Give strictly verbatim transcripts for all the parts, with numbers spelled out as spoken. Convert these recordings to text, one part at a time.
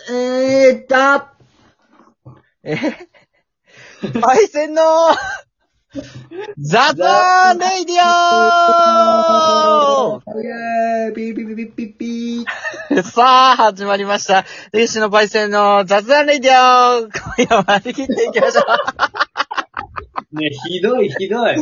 えー、だえパイセンの雑談レイディオイェーイピーピーピーピーピーさあ、始まりました。歴史のパイセンの雑談レイディオ今夜も張り切っていきましょう。 ね、ひどいひどい。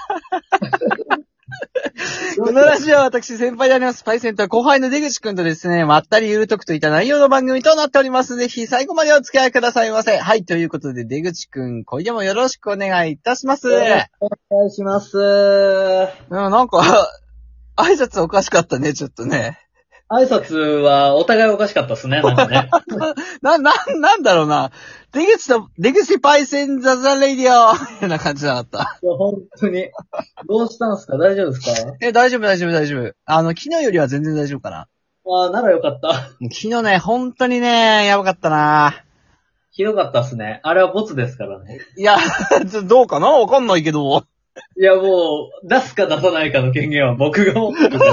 このラジオは私先輩でありますパイセンと後輩の出口くんとですね、まったりゆるとくといった内容の番組となっております。ぜひ最後までお付き合いくださいませ。はい、ということで出口くん、今夜もよろしくお願いいたします。 お願いします。 うん、なんか、挨拶おかしかったね、ちょっとね。 挨拶はお互いおかしかったっすね、なんかね。 な、な、なんだろうな。出口と、出口パイセンザザレイディオみたいな感じじゃなかった。 いや、本当に。どうしたんすか？大丈夫ですか？ え、大丈夫大丈夫大丈夫。あの、昨日よりは全然大丈夫かな。 ああ、ならよかった。 昨日ね、本当にね、やばかったな。 ひどかったっすね。あれはボツですからね。 いや、どうかなわかんないけど。 いや、もう、出すか出さないかの権限は僕が持ってるから。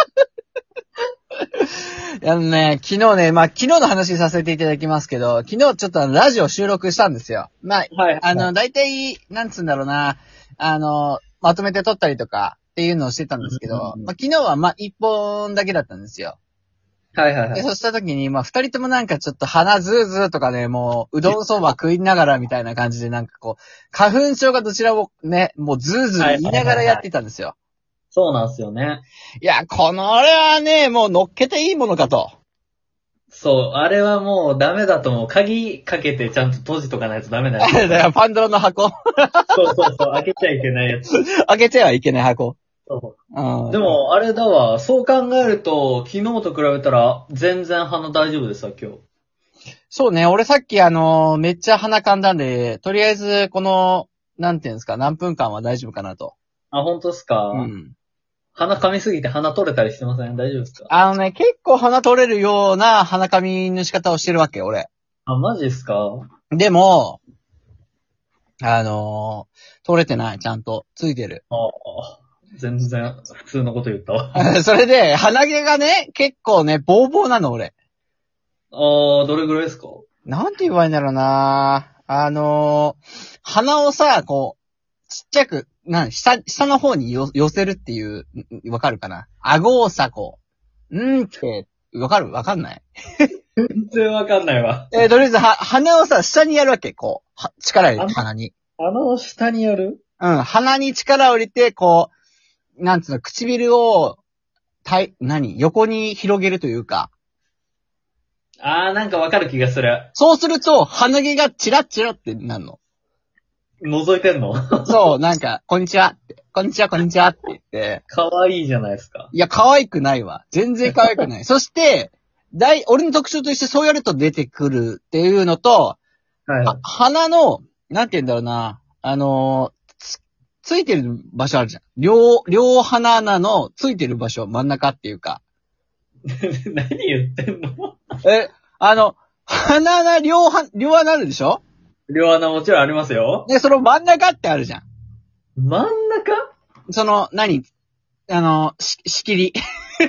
あのね、昨日ね、まあ、昨日の話させていただきますけど、昨日ちょっとあのラジオ収録したんですよ。まあ、 はい。 あの、だいたい、なんつうんだろうな、あの、まとめて撮ったりとかっていうのをしてたんですけど、 うんうんうんまあ、昨日はまあ、一本だけだったんですよ。で、 はいはいはい。 そうした時に、まあ、二人ともなんかちょっと鼻ズーズーとかね、もう、うどんそば食いながらみたいな感じでなんかこう、花粉症がどちらもね、もうズーズー言いながらやってたんですよ。 そうなんすよね。 いや、この俺はね、もう乗っけていいものかと。 そう、あれはもうダメだと思う。鍵かけてちゃんと閉じとかないとダメだよ。 だからパンドラの箱。 そうそうそう、開けちゃいけないやつ。 開けてはいけない箱。 そうん。 う。でも、あれだわ、そう考えると、昨日と比べたら、全然鼻大丈夫ですわ、今日。 そうね、俺さっきあのーめっちゃ鼻かんだんで、とりあえずこの、なんていうんですか、何分間は大丈夫かなと。 あ、本当っすか？ うん。 鼻噛みすぎて鼻取れたりしてません？大丈夫ですか？ あのね、結構鼻取れるような鼻かみの仕方をしてるわけ、俺。 あ、マジっすか？ でも、あのー取れてない、ちゃんと。ついてる。 ああ、全然普通のこと言ったわ。 それで、鼻毛がね、結構ね、ボーボーなの、俺。 ああ、どれぐらいですか？ なんて言えばいいんだろうな。あのー鼻をさ、こう、ちっちゃく、なん、下、下の方によ寄せるっていう、んわかるかな？顎をさ、こう、んーって、わかるわかんない？ 全然わかんないわ。 えーとりあえず、は、鼻をさ、下にやるわけ、こう、は力入れて、鼻に。 鼻を下にやる？ うん、鼻に力を入れて、こう、なんつうの、唇を、たい、何横に広げるというか、 ああ、なんかわかる気がする。 そうすると、鼻毛がチラッチラってなるの。 覗いてんの？ そう、なんか、こんにちはって、こんにちは、こんにちはって言って、 かわいいじゃないですか。 いや、可愛くないわ。全然可愛くない。そして、大、俺の特徴としてそうやると出てくるっていうのと、 はいは鼻の、なんて言うんだろうな、あのーつ、ついてる場所あるじゃん。両、両鼻穴のついてる場所、真ん中っていうか。 何言ってんの？ え、あの、鼻穴両は、両穴あるでしょ？ 両穴もちろんありますよ。 で、その真ん中ってあるじゃん。 真ん中？ その、何あの、し、仕切り。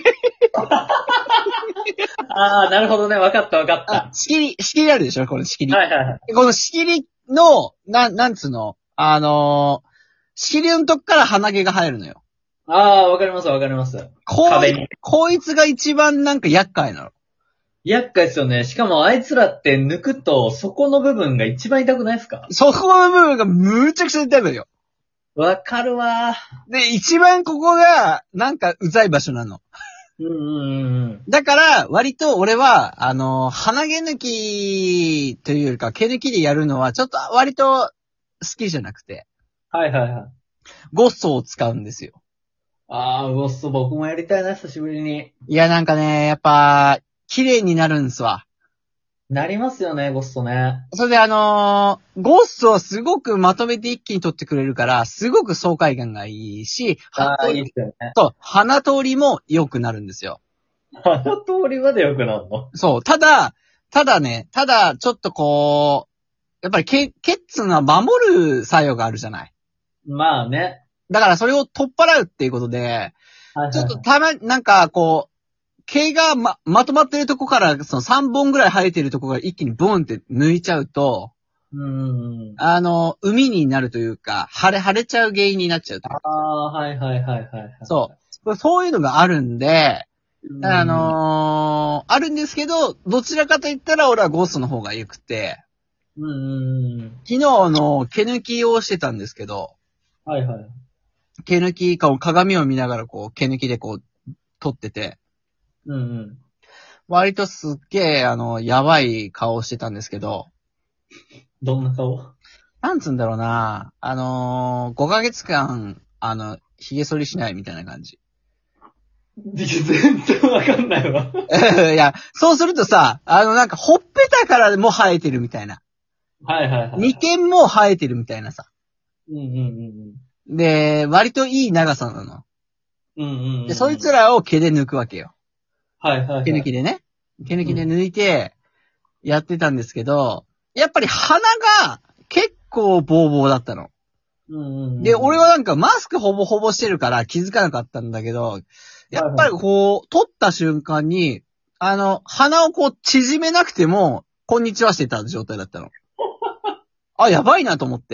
ああ、なるほどね。わかったわかっあた。、 仕切り、仕切りあるでしょ？この仕切り。 はいはいはい。 この仕切りの、な、なんつうのあのー、仕切りのとこから鼻毛が生えるのよ。 ああ、わかりますわかります。 こう壁に。 こいつが一番なんか厄介なの。 厄介ですよね。しかもあいつらって抜くと、そこの部分が一番痛くないですか？ そこの部分がむちゃくちゃ痛いのよ。 わかるわで、一番ここが、なんかうざい場所なの。 ー。うんうんうんうん。 だから、割と俺は、あの、鼻毛抜きというか、毛抜きでやるのは、ちょっと割と好きじゃなくて、 はいはいはい。 ゴッソを使うんですよ。 ああ、ゴッソ僕もやりたいな、久しぶりに。 いや、なんかね、やっぱ、綺麗になるんですわ。 なりますよね、ゴッソね。 それであのーゴッソをすごくまとめて一気に取ってくれるから、すごく爽快感がいいし、 ああ、 はいいっすよね。 そう、鼻通りも良くなるんですよ。 鼻通りまで良くなるの？ そう、ただ、ただね、ただ、ちょっとこう、やっぱりケ、ケッツのは守る作用があるじゃない。 まあね。 だからそれを取っ払うっていうことで、 はいはいはい。 ちょっとたま、なんかこう、 毛がま、まとまってるとこから、そのさんぼんぐらい生えてるとこが一気にボンって抜いちゃうと、 うん。 あの、海になるというか、腫れ、腫れちゃう原因になっちゃうというか。 ああ、はいはいはいはい、はい。 そう。そういうのがあるんで、 うん。 あのー、あるんですけど、どちらかと言ったら俺はゴーストの方が良くて、 うんうんうん。 昨日あの、毛抜きをしてたんですけど、 はいはい。 毛抜きか、鏡を見ながらこう、毛抜きでこう、撮ってて、 うんうん。 割とすっげえ、あの、やばい顔をしてたんですけど、 どんな顔？ なんつうんだろうな、あのー、ごかげつかん、あの、髭剃りしないみたいな感じ。 いや全然わかんないわ。 いや、そうするとさ、あの、なんか、ほっぺたからも生えてるみたいな。 はいはいはい。 眉間も生えてるみたいなさ。 うんうんうんで、割といい長さなの。 うん。うんうんうん。 で、そいつらを毛で抜くわけよ。 はいはいはい。 毛抜きでね。毛抜きで抜いて、やってたんですけど、やっぱり鼻が結構ボーボーだったの。 うんうんうん。 で、俺はなんかマスクほぼほぼしてるから気づかなかったんだけど、やっぱりこう、取った瞬間に、あの、鼻をこう縮めなくても、こんにちはしてた状態だったの。あ、やばいなと思って。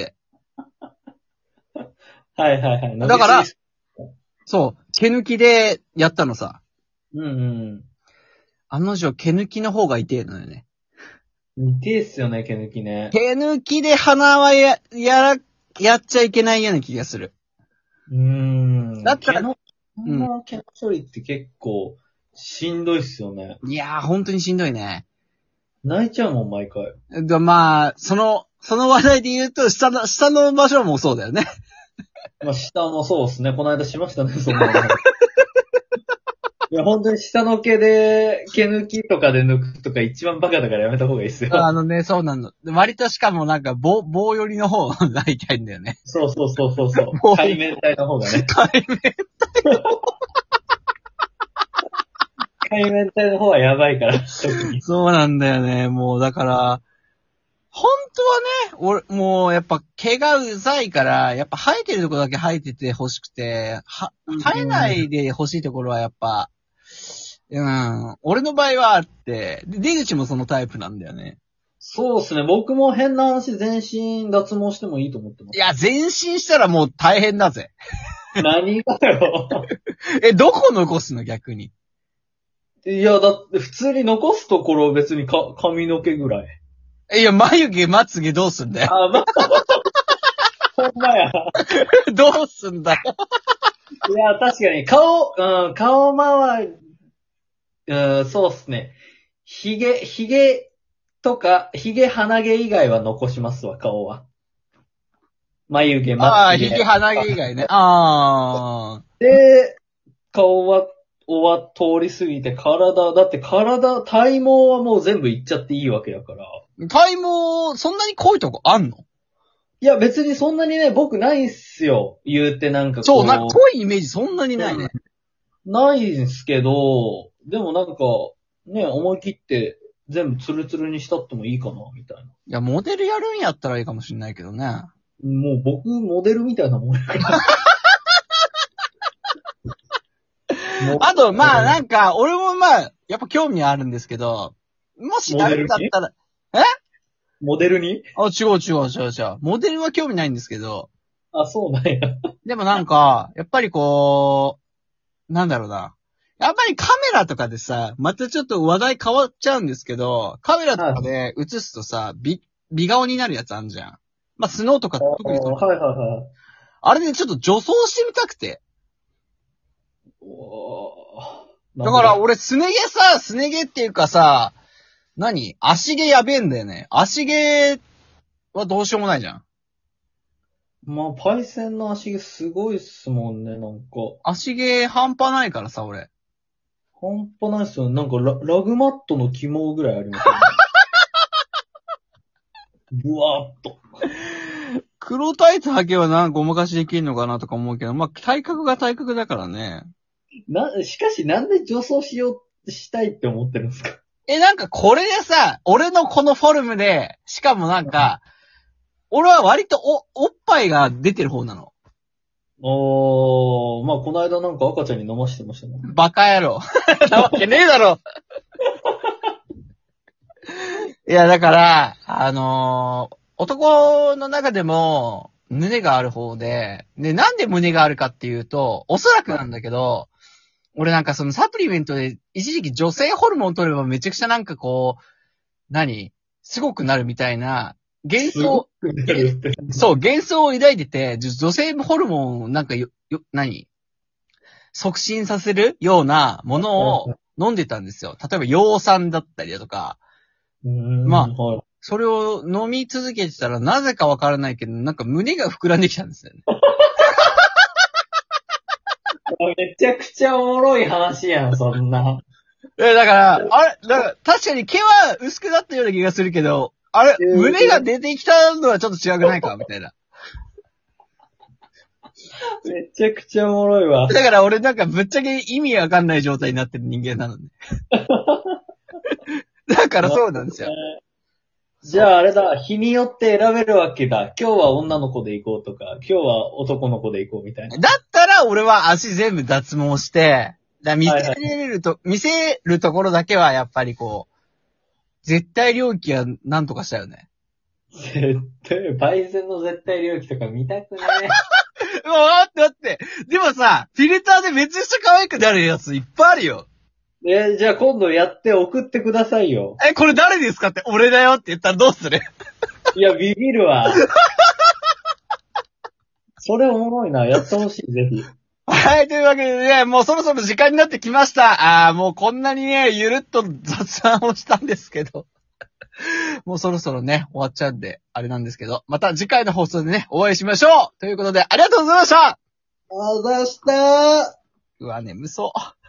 はいはいはい。 だから、そう、毛抜きでやったのさ。 うんうん案の定毛抜きの方が痛いのよね。 うん。似てえっすよね、毛抜きね。 毛抜きで鼻はや、やら、やっちゃいけないような気がする。 うーん。 だったら毛の、 うん毛の毛の処理って結構しんどいっすよね。 いやー、本当にしんどいね。 泣いちゃうもん、毎回。 でまあ、その、その話題で言うと、下の、下の場所もそうだよね。 まあ、下もそうっすね。この間しましたね、そんなの。いや、本当に下の毛で、毛抜きとかで抜くとか一番バカだからやめた方がいいっすよ。 あのね、そうなの。割としかもなんか棒、棒寄りの方が痛いんだよね。 そうそうそうそうそうもう。 海面体の方がね。 対面。 海面体の方はやばいから、特に。 そうなんだよね。もうだから、本当はね、俺、もうやっぱ毛がうざいから、やっぱ生えてるところだけ生えてて欲しくて、は、生えないで欲しいところはやっぱ、うん、俺の場合はあって、で出口もそのタイプなんだよね。 そうっすね。僕も変な話、全身脱毛してもいいと思ってます。 いや、前進したらもう大変だぜ。 何がよ。 え、どこ残すの逆に。 いや、だって普通に残すところ別にか髪の毛ぐらい。 いや、眉毛、まつげどうすんだよ。 あ、まあ、ほんまや。 どうすんだよ。 いや、確かに顔、うん、顔周り、うん、そうっすね。髭、髭とか、髭鼻毛以外は残しますわ、顔は。眉毛、 ああ、 まつげ。 ひげ、鼻毛以外ね。ああ。 で、顔は、は通り過ぎて体、だって体、体毛はもう全部いっちゃっていいわけだから。 体毛、そんなに濃いとこあんの？ いや、別にそんなにね、僕ないっすよ。言うてなんかこう。 そう、なんか濃いイメージそんなにないね。 ないんすけど、でもなんか、ね、思い切って全部ツルツルにしたってもいいかな、みたいな。 いや、モデルやるんやったらいいかもしんないけどね。 もう僕、モデルみたいなもんやから。 あと、まあ、なんか、俺もまあ、やっぱ興味あるんですけど、もしやるんだったら、 モデルにあ、違う違う違う違う。モデルは興味ないんですけど、 あ、そうなんや。 でもなんか、やっぱりこう、なんだろうな。やっぱりカメラとかでさ、またちょっと話題変わっちゃうんですけど、カメラとかで映すとさ、美、美顔になるやつあんじゃん。まあ、スノーとか特にそう。 はいはいはい。 あれでちょっと女装してみたくて。 おーだから俺、すね毛さ、すね毛っていうかさ、何？足毛やべえんだよね。足毛はどうしようもないじゃん。 まあ、パイセンの足毛すごいっすもんね、なんか。 足毛半端ないからさ、俺。 半端ないっすよね。なんかラ、ラグマットの肝ぐらいありますよね。ぶわーっと。 黒タイツ履けばなんかごまかしできんのかなとか思うけど、まあ、体格が体格だからね。 な、しかしなんで女装しよう、したいって思ってるんですか？ え、なんかこれでさ、俺のこのフォルムで、しかもなんか、俺は割とお、おっぱいが出てる方なの。 おー、まあこの間なんか赤ちゃんに飲ましてましたね。 バカ野郎。なわけねえだろ。いや、だから、あのー男の中でも、胸がある方で、で、なんで胸があるかっていうと、おそらくなんだけど、俺なんかそのサプリメントで、一時期女性ホルモン取ればめちゃくちゃなんかこう、何すごくなるみたいな、幻想、そう、幻想を抱いてて、じょ女性ホルモンをなんかよ、よ、何促進させるようなものを飲んでたんですよ。例えば、葉酸だったりだとか、 うーん、 まあはい。 それを飲み続けてたら、なぜかわからないけど、なんか胸が膨らんできたんですよね。 めちゃくちゃおもろい話やん、そんな。 え、だから、あれ、だから、確かに毛は薄くなったような気がするけど、あれ、 えー胸が出てきたのはちょっと違くないかみたいな。 めちゃくちゃおもろいわ。 だから俺なんかぶっちゃけ意味わかんない状態になってる人間なのね。だからそうなんですよ。 じゃああれだ、日によって選べるわけだ。今日は女の子で行こうとか、今日は男の子で行こうみたいな。 だったら俺は足全部脱毛して、だ見せれると、見せるところだけはやっぱりこう、絶対領域はなんとかしたよね。 絶対、パイセンの絶対領域とか見たくねうわ、待って待って。でもさ、フィルターでめちゃくちゃ可愛くなるやついっぱいあるよ。 え。え、じゃあ今度やって送ってくださいよ。 え、これ誰ですかって俺だよって言ったらどうする？ いや、ビビるわ。それおもろいな。やってほしい、ぜひ。 はい、というわけでね、もうそろそろ時間になってきました。あー、もうこんなにね、ゆるっと雑談をしたんですけど。もうそろそろね、終わっちゃうんで、あれなんですけど、また次回の放送でね、お会いしましょうということで、ありがとうございました。 あざしたー。 うわ、眠そう。